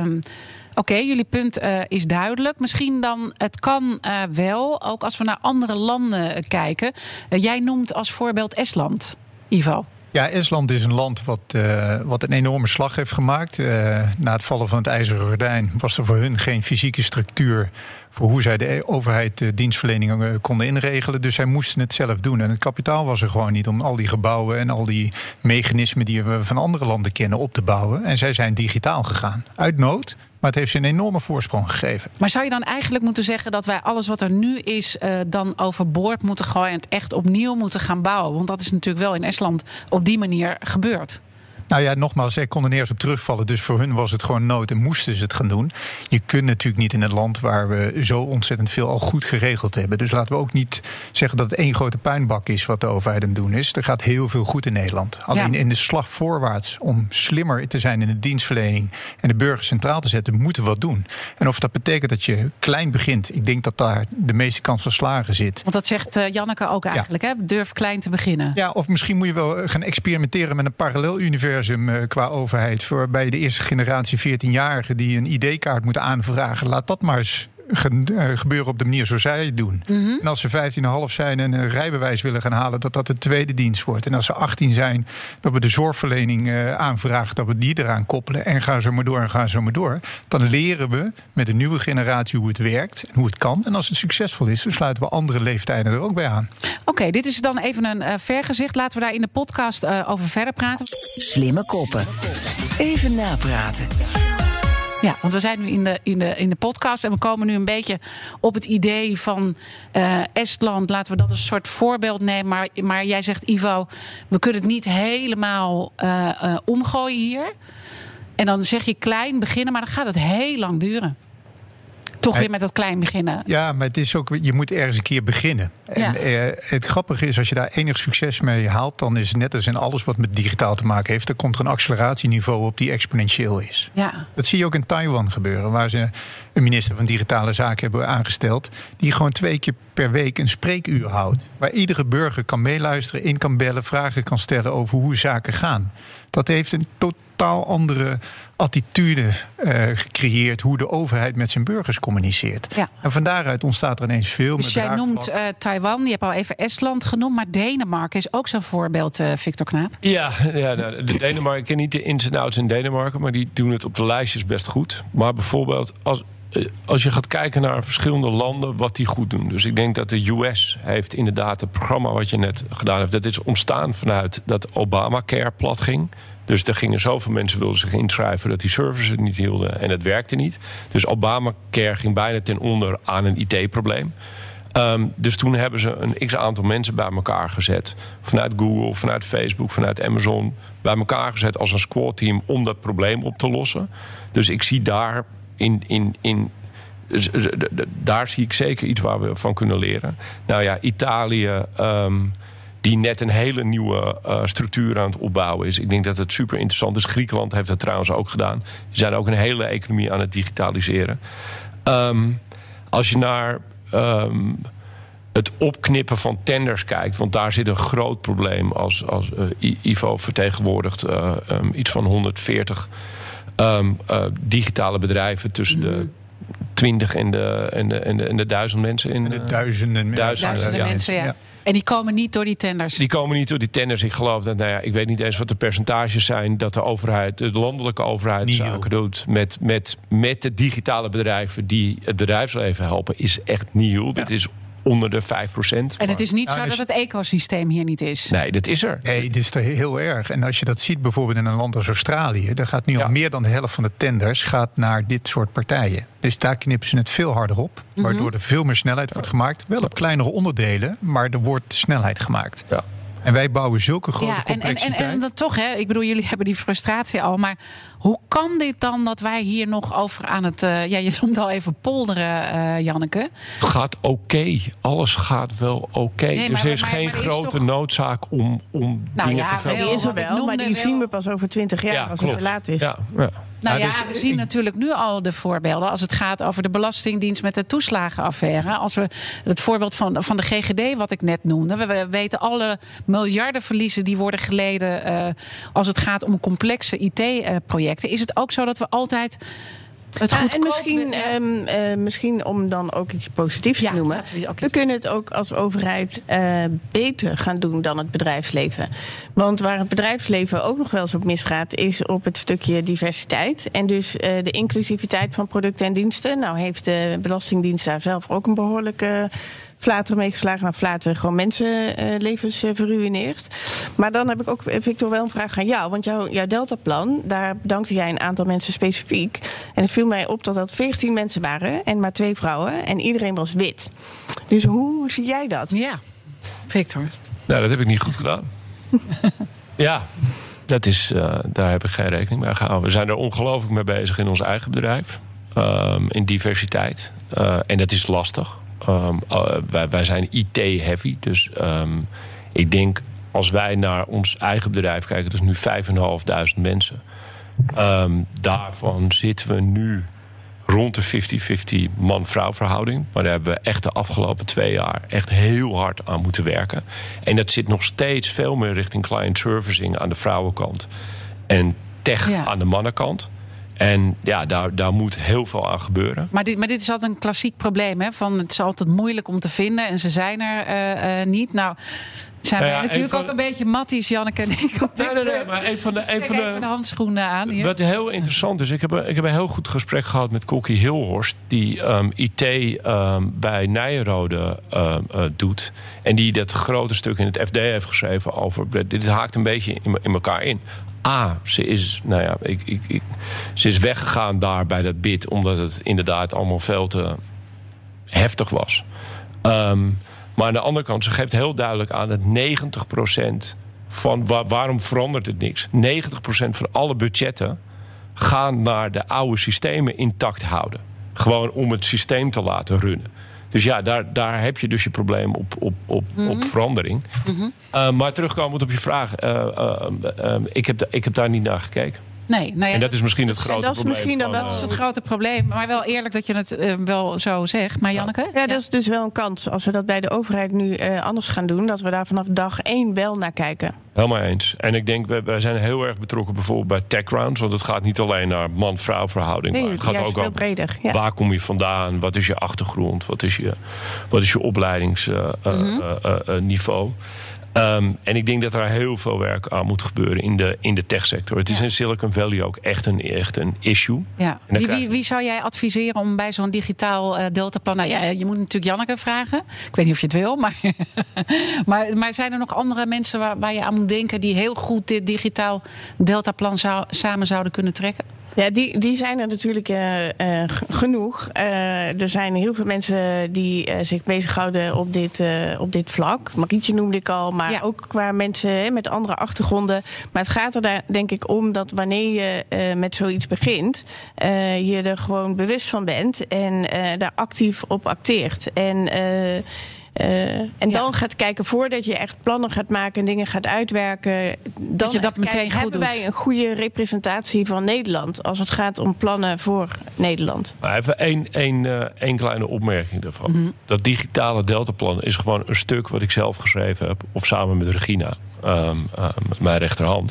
Oké, jullie punt is duidelijk. Misschien dan, het kan wel, ook als we naar andere landen kijken. Jij noemt als voorbeeld Estland, Ivo. Ja, Estland is een land wat een enorme slag heeft gemaakt. Na het vallen van het IJzeren Gordijn was er voor hun geen fysieke structuur voor hoe zij de overheid de dienstverlening konden inregelen. Dus zij moesten het zelf doen. En het kapitaal was er gewoon niet om al die gebouwen en al die mechanismen die we van andere landen kennen op te bouwen. En zij zijn digitaal gegaan. Uit nood. Maar het heeft ze een enorme voorsprong gegeven. Maar zou je dan eigenlijk moeten zeggen dat wij alles wat er nu is dan overboord moeten gooien en het echt opnieuw moeten gaan bouwen? Want dat is natuurlijk wel in Estland op die manier gebeurd. Nou ja, nogmaals, zij konden nergens op terugvallen. Dus voor hun was het gewoon nood en moesten ze het gaan doen. Je kunt natuurlijk niet in een land waar we zo ontzettend veel al goed geregeld hebben. Dus laten we ook niet zeggen dat het één grote puinbak is wat de overheid aan het doen is. Er gaat heel veel goed in Nederland. Alleen in de slag voorwaarts om slimmer te zijn in de dienstverlening en de burger centraal te zetten, moeten we wat doen. En of dat betekent dat je klein begint, ik denk dat daar de meeste kans van slagen zit. Want dat zegt Janneke ook eigenlijk, hè? Durf klein te beginnen. Ja, of misschien moet je wel gaan experimenteren met een parallel universum qua overheid. Waarbij je de eerste generatie 14-jarigen die een ID-kaart moeten aanvragen, laat dat maar eens gebeuren op de manier zoals zij het doen. Mm-hmm. En als ze 15,5 zijn en een rijbewijs willen gaan halen, dat de tweede dienst wordt. En als ze 18 zijn, dat we de zorgverlening aanvragen, dat we die eraan koppelen. En gaan zo maar door en gaan zo maar door. Dan leren we met de nieuwe generatie hoe het werkt en hoe het kan. En als het succesvol is, dan sluiten we andere leeftijden er ook bij aan. Oké, dit is dan even een vergezicht. Laten we daar in de podcast over verder praten. Slimme koppen. Even napraten. Ja, want we zijn nu in de podcast en we komen nu een beetje op het idee van Estland. Laten we dat als een soort voorbeeld nemen. Maar jij zegt, Ivo, we kunnen het niet helemaal omgooien hier. En dan zeg je klein beginnen, maar dan gaat het heel lang duren. Toch weer met dat klein beginnen. Ja, maar het is ook, je moet ergens een keer beginnen. Ja. En het grappige is, als je daar enig succes mee haalt, dan is het net als in alles wat met digitaal te maken heeft, er komt er een acceleratieniveau op die exponentieel is. Ja. Dat zie je ook in Taiwan gebeuren, waar ze een minister van Digitale Zaken hebben aangesteld, die gewoon 2 keer per week een spreekuur houdt. Waar iedere burger kan meeluisteren, in kan bellen, vragen kan stellen over hoe zaken gaan. Dat heeft een totaal andere attitude gecreëerd hoe de overheid met zijn burgers communiceert. Ja. En van daaruit ontstaat er ineens veel meer. Dus jij noemt Taiwan, je hebt al even Estland genoemd, maar Denemarken is ook zo'n voorbeeld, Victor Knaap. Ja, de Denemarken, ik ken niet de ins en outs in Denemarken, maar die doen het op de lijstjes best goed. Maar bijvoorbeeld als je gaat kijken naar verschillende landen wat die goed doen. Dus ik denk dat de US heeft inderdaad het programma wat je net gedaan hebt. Dat is ontstaan vanuit dat Obamacare plat ging. Dus er gingen zoveel mensen wilden zich inschrijven dat die services het niet hielden en het werkte niet. Dus Obamacare ging bijna ten onder aan een IT-probleem. Dus toen hebben ze een x-aantal mensen bij elkaar gezet. Vanuit Google, vanuit Facebook, vanuit Amazon. Bij elkaar gezet als een squad-team om dat probleem op te lossen. Dus ik zie daar daar zie ik zeker iets waar we van kunnen leren. Nou ja, Italië, die net een hele nieuwe structuur aan het opbouwen is. Ik denk dat het super interessant is. Griekenland heeft dat trouwens ook gedaan. Die zijn ook een hele economie aan het digitaliseren. Als je naar het opknippen van tenders kijkt, want daar zit een groot probleem. Als Ivo vertegenwoordigt iets van 140 digitale bedrijven tussen de 20 en de 1000 mensen. In de duizenden mensen, ja. En die komen niet door die tenders? Die komen niet door die tenders. Ik geloof dat, ik weet niet eens wat de percentages zijn, dat de landelijke overheid zaken doet met de digitale bedrijven die het bedrijfsleven helpen, is echt nieuw. Ja. Dat is onder de 5%. En het is niet zo dat het ecosysteem hier niet is? Nee, dat is er. Nee, dit is heel erg. En als je dat ziet bijvoorbeeld in een land als Australië, daar gaat nu al meer dan de helft van de tenders gaat naar dit soort partijen. Dus daar knippen ze het veel harder op, waardoor er veel meer snelheid wordt gemaakt. Wel op kleinere onderdelen, maar er wordt snelheid gemaakt. Ja. En wij bouwen zulke grote complexiteit. En dat toch, hè? Ik bedoel, jullie hebben die frustratie al. Maar hoe kan dit dan dat wij hier nog over aan het... je noemde al even polderen, Janneke. Het gaat oké. Alles gaat wel oké. Nee, dus er is geen grote noodzaak om dingen te veranderen. Die is er wel, maar die zien we pas over 20 jaar als het te laat is. Ja. We zien natuurlijk nu al de voorbeelden. Als het gaat over de Belastingdienst met de toeslagenaffaire. Als we het voorbeeld van de GGD wat ik net noemde. We weten alle miljardenverliezen die worden geleden als het gaat om complexe IT-projecten. Is het ook zo dat we altijd... misschien om dan ook iets positiefs te noemen. We kunnen het ook als overheid beter gaan doen dan het bedrijfsleven. Want waar het bedrijfsleven ook nog wel eens op misgaat, is op het stukje diversiteit. En dus de inclusiviteit van producten en diensten. Nou heeft de Belastingdienst daar zelf ook een behoorlijke flater meegeslagen. Nou, flater gewoon mensenlevens verruineerd. Maar dan heb ik ook, Victor, wel een vraag aan jou. Want jouw Deltaplan, daar bedankte jij een aantal mensen specifiek. En het viel mij op dat 14 mensen waren en maar 2 vrouwen. En iedereen was wit. Dus hoe zie jij dat? Ja, Victor. Nou, dat heb ik niet goed gedaan. Ja, dat is, daar heb ik geen rekening mee gehouden. We zijn er ongelooflijk mee bezig in ons eigen bedrijf. In diversiteit. En dat is lastig. Wij zijn IT-heavy. Dus ik denk, als wij naar ons eigen bedrijf kijken, dat is nu 5.500 mensen. Daarvan zitten we nu rond de 50-50 man-vrouw verhouding. Maar daar hebben we echt de afgelopen 2 jaar echt heel hard aan moeten werken. En dat zit nog steeds veel meer richting client servicing aan de vrouwenkant. En tech aan de mannenkant. En ja, daar moet heel veel aan gebeuren. Maar dit is altijd een klassiek probleem. Hè? Van, het is altijd moeilijk om te vinden en ze zijn er niet. Nou, zijn wij natuurlijk ook een beetje matties, Janneke en ik. Nee, maar even de handschoenen aan. Hier. Wat heel interessant is, ik heb een heel goed gesprek gehad met Kokkie Hilhorst, die IT bij Nijrode doet. En die dat grote stuk in het FD heeft geschreven over. Dit haakt een beetje in elkaar in. Ze is weggegaan daar bij dat bid, omdat het inderdaad allemaal veel te heftig was. Maar aan de andere kant, ze geeft heel duidelijk aan dat 90% van waarom verandert het niks? 90% van alle budgetten gaan naar de oude systemen intact houden. Gewoon om het systeem te laten runnen. Dus ja, daar heb je dus je probleem op verandering. Mm-hmm. Maar terugkomend op je vraag. Ik heb daar niet naar gekeken. Nee, en dat is misschien het grote probleem. Dat is het grote probleem. Maar wel eerlijk dat je het wel zo zegt. Maar Janneke? Ja, dat is dus wel een kans. Als we dat bij de overheid nu anders gaan doen, dat we daar vanaf dag 1 wel naar kijken. Helemaal eens. En ik denk, wij zijn heel erg betrokken bijvoorbeeld bij tech rounds. Want het gaat niet alleen naar man-vrouw verhouding. Nee, maar het gaat ook veel breder. Ja. Waar kom je vandaan? Wat is je achtergrond? Wat is je opleidingsniveau? En ik denk dat er heel veel werk aan moet gebeuren in de techsector. Het is in Silicon Valley ook echt een issue. Ja. Wie zou jij adviseren om bij zo'n digitaal deltaplan... Nou ja, je moet natuurlijk Janneke vragen. Ik weet niet of je het wil, maar zijn er nog andere mensen waar je aan moet denken die heel goed dit digitaal deltaplan samen zouden kunnen trekken? Ja, die zijn er natuurlijk genoeg. Er zijn heel veel mensen die zich bezighouden op dit vlak. Marietje noemde ik al, maar ook qua mensen met andere achtergronden. Maar het gaat er daar denk ik om dat wanneer je met zoiets begint, je er gewoon bewust van bent en daar actief op acteert. En Dan gaat kijken, voordat je echt plannen gaat maken en dingen gaat uitwerken, dat je dat meteen goed hebben doet. Wij een goede representatie van Nederland als het gaat om plannen voor Nederland? Maar even één kleine opmerking daarvan. Mm-hmm. Dat digitale deltaplan is gewoon een stuk wat ik zelf geschreven heb, of samen met Regina, mijn rechterhand.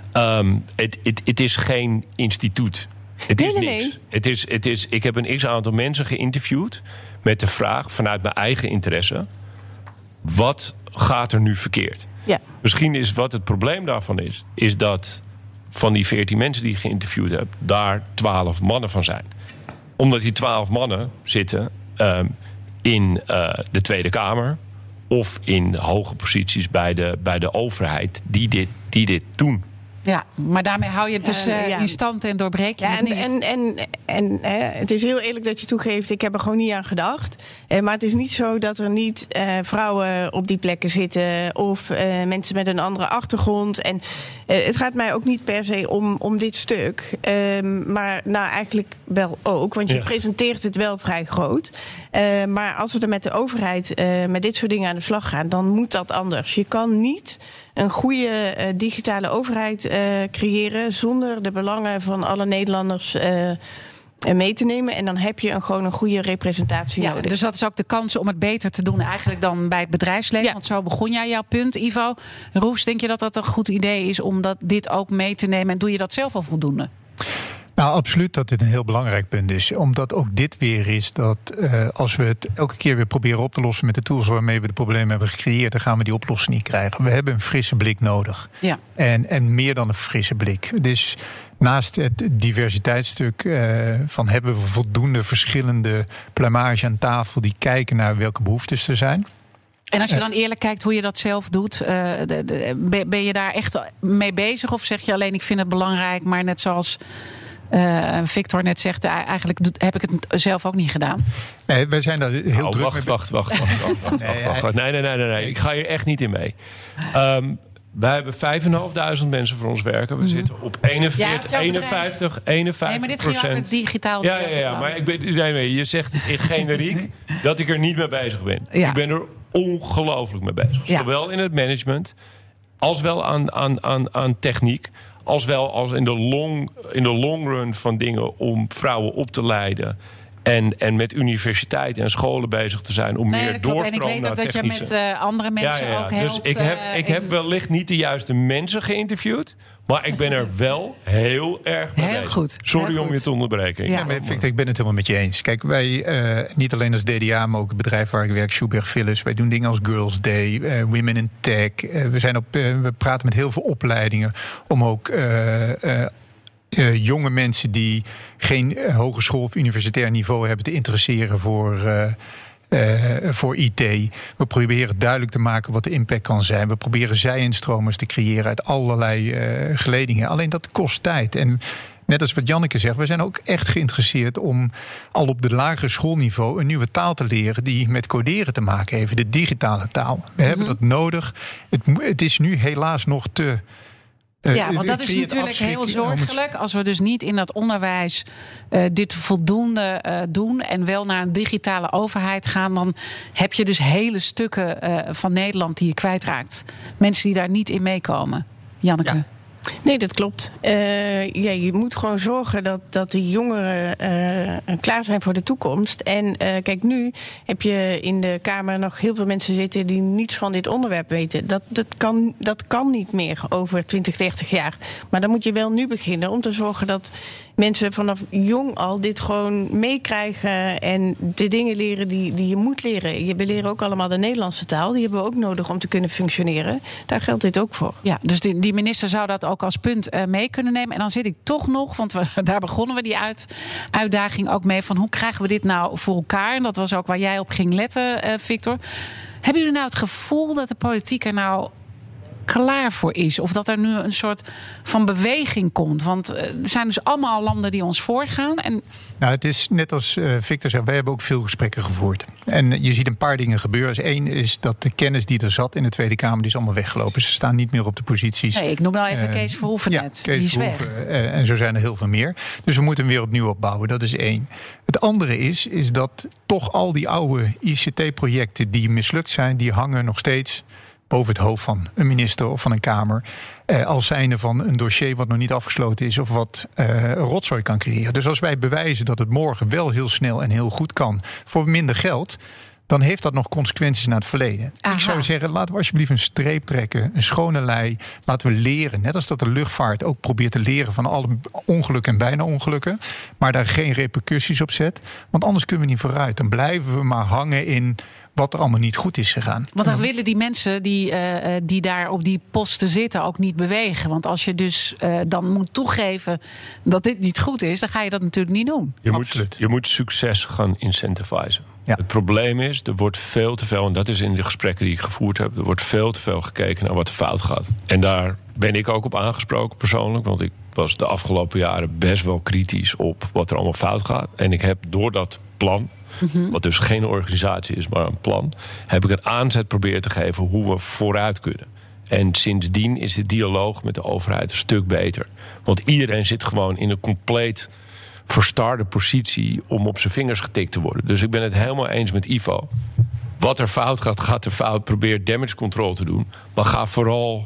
Het is geen instituut. Het is niks. Nee. Ik heb een x-aantal mensen geïnterviewd met de vraag vanuit mijn eigen interesse: wat gaat er nu verkeerd? Ja. Misschien is wat het probleem daarvan is dat van die 14 mensen die ik geïnterviewd heb, daar 12 mannen van zijn. Omdat die 12 mannen zitten in de Tweede Kamer of in hoge posities bij de overheid die dit doen. Ja, maar daarmee hou je het dus in stand en doorbreek je het niet. En het is heel eerlijk dat je toegeeft, ik heb er gewoon niet aan gedacht. Maar het is niet zo dat er niet vrouwen op die plekken zitten of mensen met een andere achtergrond. En het gaat mij ook niet per se om dit stuk. Maar nou eigenlijk wel ook, want je presenteert het wel vrij groot. Maar als we er met de overheid met dit soort dingen aan de slag gaan, dan moet dat anders. Je kan niet een goede digitale overheid creëren zonder de belangen van alle Nederlanders mee te nemen. En dan heb je gewoon een goede representatie nodig. Dus dat is ook de kans om het beter te doen eigenlijk dan bij het bedrijfsleven. Ja. Want zo begon jij jouw punt, Ivo. Roes, denk je dat dat een goed idee is om dit ook mee te nemen? En doe je dat zelf al voldoende? Nou, absoluut dat dit een heel belangrijk punt is. Omdat ook dit weer is dat als we het elke keer weer proberen op te lossen met de tools waarmee we de problemen hebben gecreëerd, dan gaan we die oplossing niet krijgen. We hebben een frisse blik nodig. Ja. En meer dan een frisse blik. Dus naast het diversiteitsstuk van hebben we voldoende verschillende pluimage aan tafel die kijken naar welke behoeftes er zijn. En als je dan eerlijk kijkt hoe je dat zelf doet, ben je daar echt mee bezig? Of zeg je alleen ik vind het belangrijk, maar net zoals Victor net zegt, eigenlijk heb ik het zelf ook niet gedaan? Nee, wij zijn daar heel druk mee. Wacht. Nee. Ik ga hier echt niet in mee. Wij hebben 5.500 mensen voor ons werken. We zitten op 51%. Nee, maar dit ging over het digitaal. Ja, maar ik ben mee. Je zegt in generiek dat ik er niet mee bezig ben. Ja. Ik ben er ongelooflijk mee bezig. Ja. Zowel in het management, als wel aan techniek, als wel als in de long run van dingen om vrouwen op te leiden. En met universiteiten en scholen bezig te zijn om meer doorstroom naar technische. En ik weet ook dat je met andere mensen ook helpt. Dus ik heb wellicht niet de juiste mensen geïnterviewd, maar ik ben er wel heel erg mee bezig. Goed. Sorry om je te onderbreken. Ja, maar Victor, ik ben het helemaal met je eens. Kijk, wij, niet alleen als DDA, maar ook het bedrijf waar ik werk, Schuberg Philis. Wij doen dingen als Girls Day, Women in Tech. We praten met heel veel opleidingen om ook jonge mensen die geen hogeschool of universitair niveau hebben te interesseren voor IT. We proberen duidelijk te maken wat de impact kan zijn. We proberen zij-instromers te creëren uit allerlei geledingen. Alleen dat kost tijd. En net als wat Janneke zegt, we zijn ook echt geïnteresseerd om al op de lagere schoolniveau een nieuwe taal te leren die met coderen te maken heeft, de digitale taal. We hebben dat nodig. Het is nu helaas nog te. Ja, want dat is natuurlijk heel zorgelijk. Als we dus niet in dat onderwijs dit voldoende doen en wel naar een digitale overheid gaan, dan heb je dus hele stukken van Nederland die je kwijtraakt. Mensen die daar niet in meekomen. Janneke? Ja. Nee, dat klopt. Je moet gewoon zorgen dat die jongeren klaar zijn voor de toekomst. En kijk, nu heb je in de Kamer nog heel veel mensen zitten die niets van dit onderwerp weten. Dat kan niet meer over 20, 30 jaar. Maar dan moet je wel nu beginnen om te zorgen dat mensen vanaf jong al dit gewoon meekrijgen en de dingen leren die je moet leren. We leren ook allemaal de Nederlandse taal. Die hebben we ook nodig om te kunnen functioneren. Daar geldt dit ook voor. Ja, dus die minister zou dat ook als punt mee kunnen nemen. En dan zit ik toch nog, want daar begonnen we die uitdaging ook mee, van hoe krijgen we dit nou voor elkaar? En dat was ook waar jij op ging letten, Victor. Hebben jullie nou het gevoel dat de politiek er nou klaar voor is. Of dat er nu een soort van beweging komt. Want er zijn dus allemaal landen die ons voorgaan. En Nou, het is net als Victor zei, wij hebben ook veel gesprekken gevoerd. En je ziet een paar dingen gebeuren. Eén is dat de kennis die er zat in de Tweede Kamer, die is allemaal weggelopen. Ze staan niet meer op de posities. Nee, ik noem nou even Kees Verhoeven net. Kees die is Verhoeven, weg. en zo zijn er heel veel meer. Dus we moeten hem weer opnieuw opbouwen. Dat is één. Het andere is dat toch al die oude ICT-projecten die mislukt zijn, die hangen nog steeds boven het hoofd van een minister of van een Kamer. Als zijnde van een dossier wat nog niet afgesloten is of wat rotzooi kan creëren. Dus als wij bewijzen dat het morgen wel heel snel en heel goed kan voor minder geld, dan heeft dat nog consequenties naar het verleden. Aha. Ik zou zeggen, laten we alsjeblieft een streep trekken, een schone lei. Laten we leren, net als dat de luchtvaart ook probeert te leren van alle ongelukken en bijna ongelukken, maar daar geen repercussies op zet. Want anders kunnen we niet vooruit. Dan blijven we maar hangen in wat er allemaal niet goed is gegaan. Want dan willen die mensen die daar op die posten zitten ook niet bewegen. Want als je dus dan moet toegeven dat dit niet goed is, dan ga je dat natuurlijk niet doen. Je moet succes gaan incentivizen. Ja. Het probleem is, er wordt veel te veel, en dat is in de gesprekken die ik gevoerd heb, er wordt veel te veel gekeken naar wat er fout gaat. En daar ben ik ook op aangesproken persoonlijk, want ik was de afgelopen jaren best wel kritisch op wat er allemaal fout gaat. En ik heb door dat plan, wat dus geen organisatie is, maar een plan, heb ik een aanzet proberen te geven hoe we vooruit kunnen. En sindsdien is de dialoog met de overheid een stuk beter. Want iedereen zit gewoon in een compleet verstarde positie om op zijn vingers getikt te worden. Dus ik ben het helemaal eens met Ivo. Wat er fout gaat, gaat er fout. Probeer damage control te doen. Maar ga vooral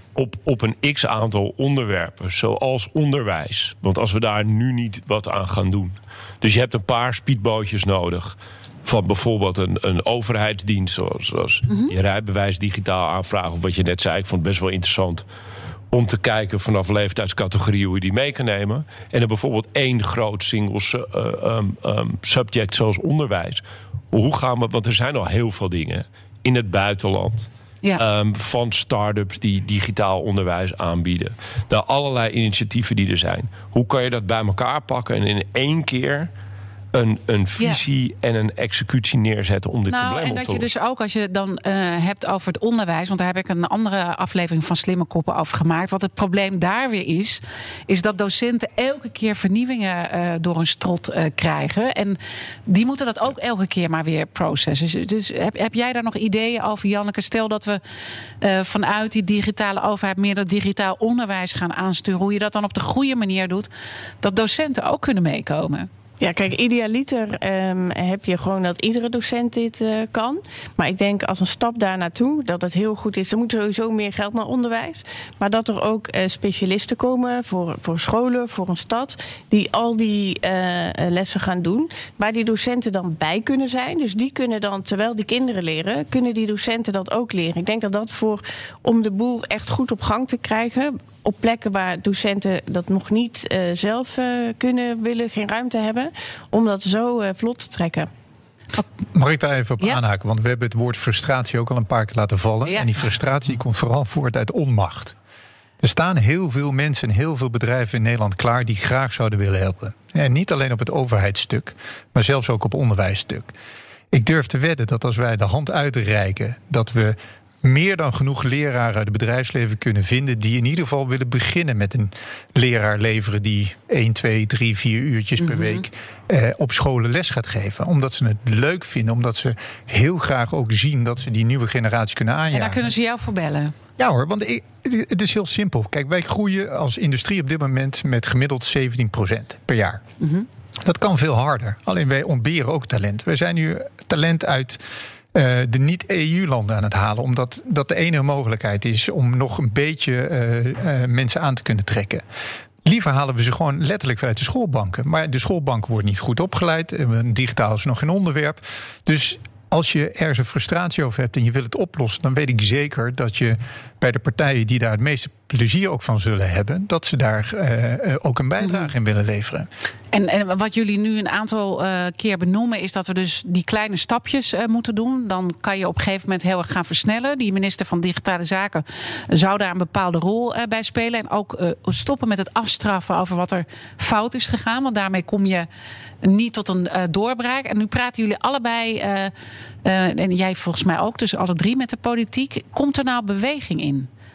op een x-aantal onderwerpen, zoals onderwijs. Want als we daar nu niet wat aan gaan doen. Dus je hebt een paar speedbootjes nodig van bijvoorbeeld een overheidsdienst, zoals je rijbewijs digitaal aanvragen, of wat je net zei. Ik vond het best wel interessant om te kijken vanaf leeftijdscategorie hoe je die mee kan nemen. En dan bijvoorbeeld één groot single subject zoals onderwijs. Hoe gaan we, want er zijn al heel veel dingen in het buitenland. Ja. Van start-ups die digitaal onderwijs aanbieden. Naar allerlei initiatieven die er zijn. Hoe kan je dat bij elkaar pakken en in één keer een visie en een executie neerzetten om dit probleem op te lossen? En dat je dus ook, als je dan hebt over het onderwijs, want daar heb ik een andere aflevering van Slimme Koppen over gemaakt. Wat het probleem daar weer is dat docenten elke keer vernieuwingen door hun strot krijgen. En die moeten dat ook elke keer maar weer processen. Dus heb jij daar nog ideeën over, Janneke? Stel dat we vanuit die digitale overheid meer dat digitaal onderwijs gaan aansturen. Hoe je dat dan op de goede manier doet, dat docenten ook kunnen meekomen. Ja, kijk, idealiter heb je gewoon dat iedere docent dit kan. Maar ik denk als een stap daar naartoe dat het heel goed is. Er moet sowieso meer geld naar onderwijs. Maar dat er ook specialisten komen voor scholen, voor een stad, die al die lessen gaan doen. Waar die docenten dan bij kunnen zijn. Dus die kunnen dan, terwijl die kinderen leren, kunnen die docenten dat ook leren. Ik denk dat dat om de boel echt goed op gang te krijgen, op plekken waar docenten dat nog niet zelf willen, geen ruimte hebben, om dat zo vlot te trekken. Mag ik daar even op aanhaken? Want we hebben het woord frustratie ook al een paar keer laten vallen. Ja. En die frustratie komt vooral voort uit onmacht. Er staan heel veel mensen en heel veel bedrijven in Nederland klaar die graag zouden willen helpen. En niet alleen op het overheidsstuk, maar zelfs ook op onderwijsstuk. Ik durf te wedden dat als wij de hand uitreiken, dat we meer dan genoeg leraren uit het bedrijfsleven kunnen vinden die in ieder geval willen beginnen met een leraar leveren die 1, 2, 3, 4 uurtjes per week op scholen les gaat geven. Omdat ze het leuk vinden, omdat ze heel graag ook zien dat ze die nieuwe generatie kunnen aanjagen. En daar kunnen ze jou voor bellen. Ja hoor, want het is heel simpel. Kijk, wij groeien als industrie op dit moment met gemiddeld 17% per jaar. Dat kan veel harder. Alleen wij ontberen ook talent. Wij zijn nu talent uit de niet-EU-landen aan het halen, omdat dat de enige mogelijkheid is om nog een beetje mensen aan te kunnen trekken. Liever halen we ze gewoon letterlijk vanuit de schoolbanken. Maar de schoolbanken worden niet goed opgeleid. Digitaal is nog geen onderwerp. Dus als je ergens een frustratie over hebt en je wil het oplossen, dan weet ik zeker dat je bij de partijen die daar het meeste plezier ook van zullen hebben, dat ze daar ook een bijdrage in willen leveren. En wat jullie nu een aantal keer benoemen, is dat we dus die kleine stapjes moeten doen. Dan kan je op een gegeven moment heel erg gaan versnellen. Die minister van Digitale Zaken zou daar een bepaalde rol bij spelen. En ook stoppen met het afstraffen over wat er fout is gegaan. Want daarmee kom je niet tot een doorbraak. En nu praten jullie allebei, en jij volgens mij ook, dus alle drie met de politiek. Komt er nou beweging in?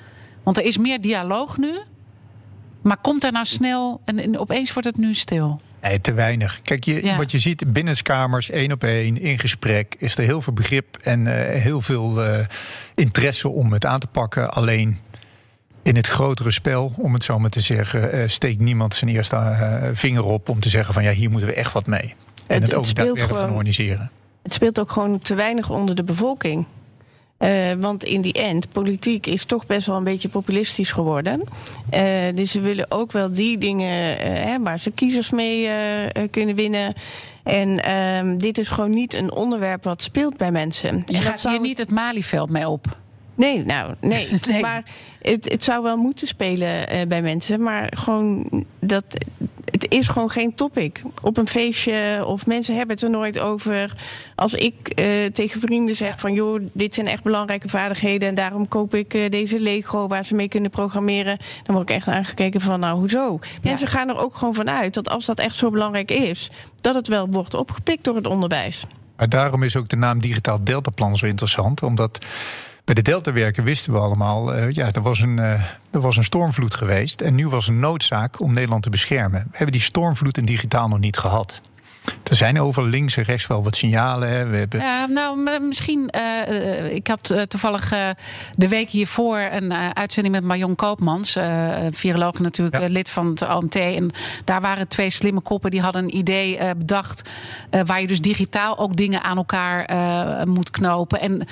Want er is meer dialoog nu. Maar komt er nou snel en opeens wordt het nu stil? Nee, te weinig. Kijk, wat je ziet binnenskamers, 1 op 1, in gesprek, is er heel veel begrip en heel veel interesse om het aan te pakken. Alleen in het grotere spel, om het zo maar te zeggen, steekt niemand zijn eerste vinger op om te zeggen van hier moeten we echt wat mee. En het ook daadwerkelijk gaan organiseren. Het speelt ook gewoon te weinig onder de bevolking. Want in die end, politiek is toch best wel een beetje populistisch geworden. Dus ze willen ook wel die dingen waar ze kiezers mee kunnen winnen. En dit is gewoon niet een onderwerp wat speelt bij mensen. Je gaat hier niet het Malieveld mee op? Nee. Maar het zou wel moeten spelen bij mensen. Maar gewoon het is gewoon geen topic. Op een feestje of mensen hebben het er nooit over. Als ik tegen vrienden zeg van joh, dit zijn echt belangrijke vaardigheden en daarom koop ik deze Lego waar ze mee kunnen programmeren, dan word ik echt aangekeken van nou hoezo? Mensen gaan er ook gewoon van uit dat als dat echt zo belangrijk is, dat het wel wordt opgepikt door het onderwijs. Maar daarom is ook de naam Digitaal Deltaplan zo interessant, omdat bij de Deltawerken wisten we allemaal, er was een stormvloed geweest en nu was een noodzaak om Nederland te beschermen. We hebben die stormvloed in digitaal nog niet gehad. Er zijn over links en rechts wel wat signalen. Hè. We hebben... Misschien. Ik had toevallig de week hiervoor een uitzending met Marion Koopmans, viroloog natuurlijk, lid van het OMT. En daar waren 2 slimme koppen die hadden een idee bedacht waar je dus digitaal ook dingen aan elkaar moet knopen. En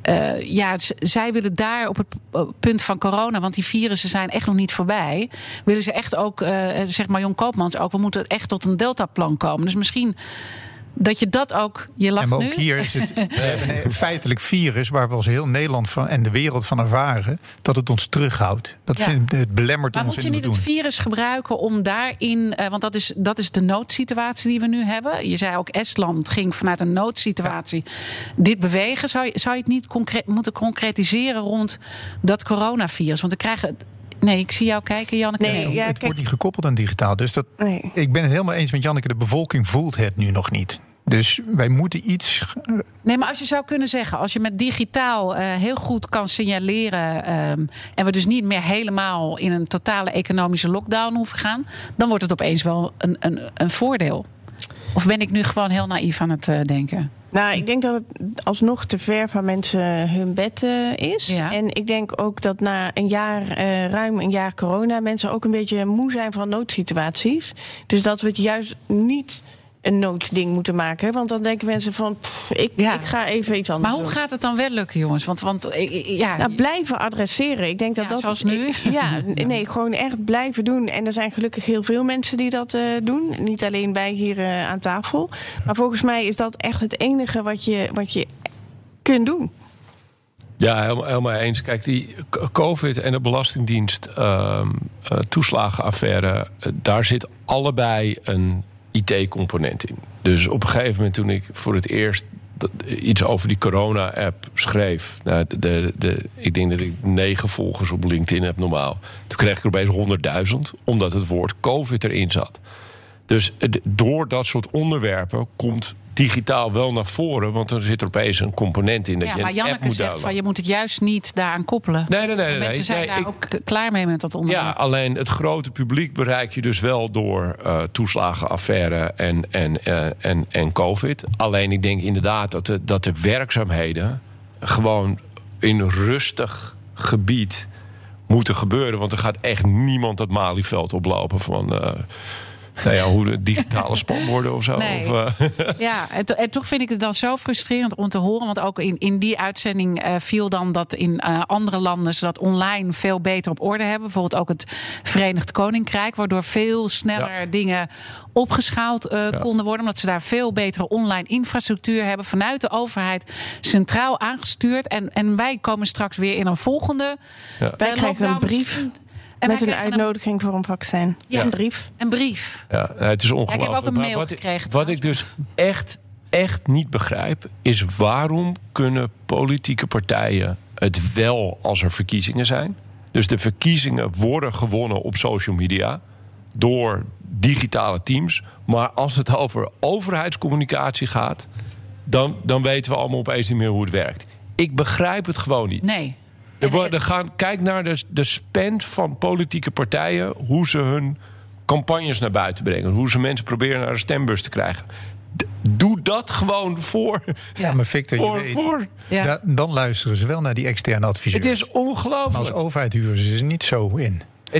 zij willen daar op het punt van corona, want die virussen zijn echt nog niet voorbij, willen ze echt ook, zegt Marion Koopmans ook, we moeten echt tot een deltaplan komen. Dus misschien dat je dat ook, je lacht nu. Maar ook hier is het we hebben een feitelijk virus waar we als heel Nederland van en de wereld van ervaren dat het ons terughoudt. Het belemmert maar ons in het doen. moet je niet het virus gebruiken om daarin, want dat is de noodsituatie die we nu hebben. Je zei ook Estland ging vanuit een noodsituatie dit bewegen. Zou je het niet moeten concretiseren rond dat coronavirus? Want we krijgen... Nee, ik zie jou kijken, Janneke. Het wordt niet gekoppeld aan digitaal. Dus ik ben het helemaal eens met Janneke. De bevolking voelt het nu nog niet. Dus wij moeten iets... Nee, maar als je zou kunnen zeggen, als je met digitaal heel goed kan signaleren en we dus niet meer helemaal in een totale economische lockdown hoeven gaan, dan wordt het opeens wel een voordeel. Of ben ik nu gewoon heel naïef aan het denken? Nou, ik denk dat het alsnog te ver van mensen hun bed is. Ja. En ik denk ook dat na ruim een jaar corona mensen ook een beetje moe zijn van noodsituaties. Dus dat we het juist niet een noodding moeten maken. Want dan denken mensen van, ik ga even iets anders doen. Maar hoe gaat het dan wel lukken, jongens? Want blijven adresseren. Ik denk dat zoals nu? Gewoon echt blijven doen. En er zijn gelukkig heel veel mensen die dat doen. Niet alleen wij hier aan tafel. Maar volgens mij is dat echt het enige wat je kunt doen. Ja, helemaal eens. Kijk, die COVID en de Belastingdienst toeslagenaffaire, daar zit allebei een IT-component in. Dus op een gegeven moment toen ik voor het eerst iets over die corona-app schreef, ik denk dat ik 9 volgers op LinkedIn heb normaal. Toen kreeg ik er opeens 100.000, omdat het woord COVID erin zat. Dus door dat soort onderwerpen komt digitaal wel naar voren, want er zit er opeens een component in dat je een app moet downloaden. Maar Janneke zegt je moet het juist niet daaraan koppelen. Nee. Mensen zijn daar ook klaar mee met dat onderwerp. Ja, alleen het grote publiek bereik je dus wel door toeslagenaffaire en COVID. Alleen ik denk inderdaad dat de werkzaamheden gewoon in rustig gebied moeten gebeuren. Want er gaat echt niemand dat Malieveld oplopen van hoe de digitale spanborden of zo. Nee. Ja, en toch vind ik het dan zo frustrerend om te horen. Want ook in die uitzending viel dan dat in andere landen ze dat online veel beter op orde hebben. Bijvoorbeeld ook het Verenigd Koninkrijk. Waardoor veel sneller dingen opgeschaald konden worden. Omdat ze daar veel betere online infrastructuur hebben. Vanuit de overheid centraal aangestuurd. En wij komen straks weer in een volgende. Wij krijgen een brief. Met een uitnodiging voor een vaccin. Ja. Een brief. Ja, het is ongelooflijk. Ik heb ook een mail gekregen. Wat ik dus echt niet begrijp, is waarom kunnen politieke partijen het wel als er verkiezingen zijn? Dus de verkiezingen worden gewonnen op social media door digitale teams. Maar als het over overheidscommunicatie gaat, dan weten we allemaal opeens niet meer hoe het werkt. Ik begrijp het gewoon niet. Nee. Kijk naar de spend van politieke partijen, hoe ze hun campagnes naar buiten brengen, hoe ze mensen proberen naar de stembus te krijgen. Doe dat gewoon voor. Ja, maar Victor, je weet, dan luisteren ze wel naar die externe adviseurs. Het is ongelooflijk. Maar als overheid huren ze niet zo in.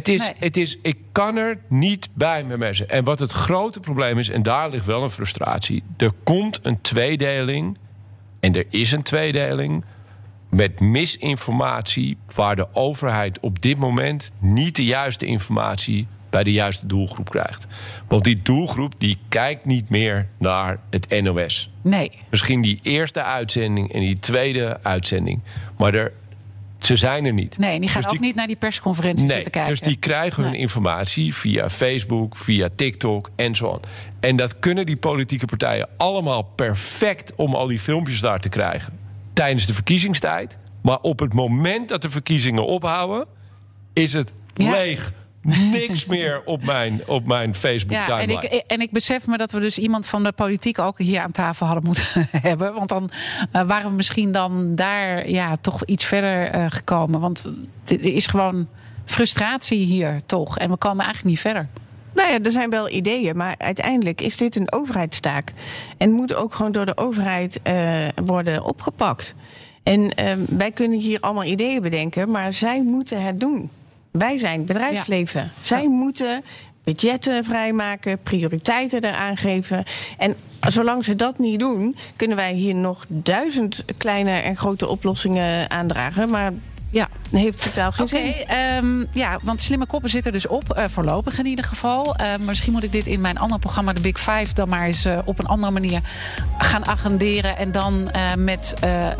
Ik kan er niet bij met mensen. En wat het grote probleem is, en daar ligt wel een frustratie, er komt een tweedeling, en er is een tweedeling met misinformatie, waar de overheid op dit moment niet de juiste informatie bij de juiste doelgroep krijgt. Want die doelgroep die kijkt niet meer naar het NOS. Nee. Misschien die eerste uitzending en die tweede uitzending. Maar ze zijn er niet. Nee, die gaan ook niet naar die persconferenties zitten kijken. Dus die krijgen hun informatie via Facebook, via TikTok en zo on. En dat kunnen die politieke partijen allemaal perfect om al die filmpjes daar te krijgen tijdens de verkiezingstijd. Maar op het moment dat de verkiezingen ophouden, is het leeg. Niks meer op mijn Facebook-timeline. En ik besef me dat we dus iemand van de politiek ook hier aan tafel hadden moeten hebben. Want dan waren we misschien dan daar toch iets verder gekomen. Want er is gewoon frustratie hier toch. En we komen eigenlijk niet verder. Nou ja, er zijn wel ideeën, maar uiteindelijk is dit een overheidstaak. En moet ook gewoon door de overheid worden opgepakt. En wij kunnen hier allemaal ideeën bedenken, maar zij moeten het doen. Wij zijn het bedrijfsleven. Ja. Zij moeten budgetten vrijmaken, prioriteiten eraan geven. En zolang ze dat niet doen, kunnen wij hier nog 1000 kleine en grote oplossingen aandragen. Maar heeft totaal geen zin. Want Slimme Koppen zit er dus op. Voorlopig in ieder geval. Misschien moet ik dit in mijn andere programma, de Big Five, dan maar eens op een andere manier gaan agenderen. En dan met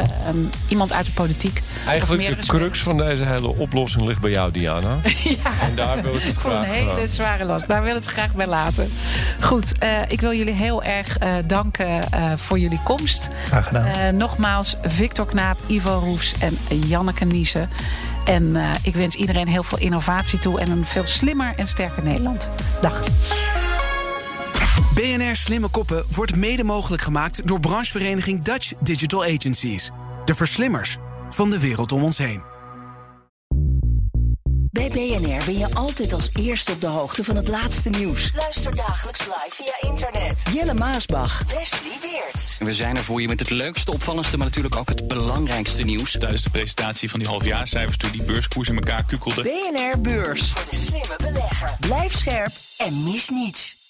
iemand uit de politiek. Eigenlijk de crux van deze hele oplossing ligt bij jou, Diana. En daar wil ik het graag een hele zware last. Daar wil ik het graag bij laten. Goed, ik wil jullie heel erg danken voor jullie komst. Graag gedaan. Nogmaals, Victor Knaap, Ivo Roefs en Janneke Niesen. En ik wens iedereen heel veel innovatie toe en een veel slimmer en sterker Nederland. Dag. BNR Slimme Koppen wordt mede mogelijk gemaakt door branchevereniging Dutch Digital Agencies. De verslimmers van de wereld om ons heen. Bij BNR ben je altijd als eerste op de hoogte van het laatste nieuws. Luister dagelijks live via internet. Jelle Maasbach. Wesley Weerts. We zijn er voor je met het leukste, opvallendste, maar natuurlijk ook het belangrijkste nieuws. Tijdens de presentatie van die halfjaarcijfers toen die beurskoers in elkaar kukkelde. BNR Beurs. Voor de slimme belegger. Blijf scherp en mis niets.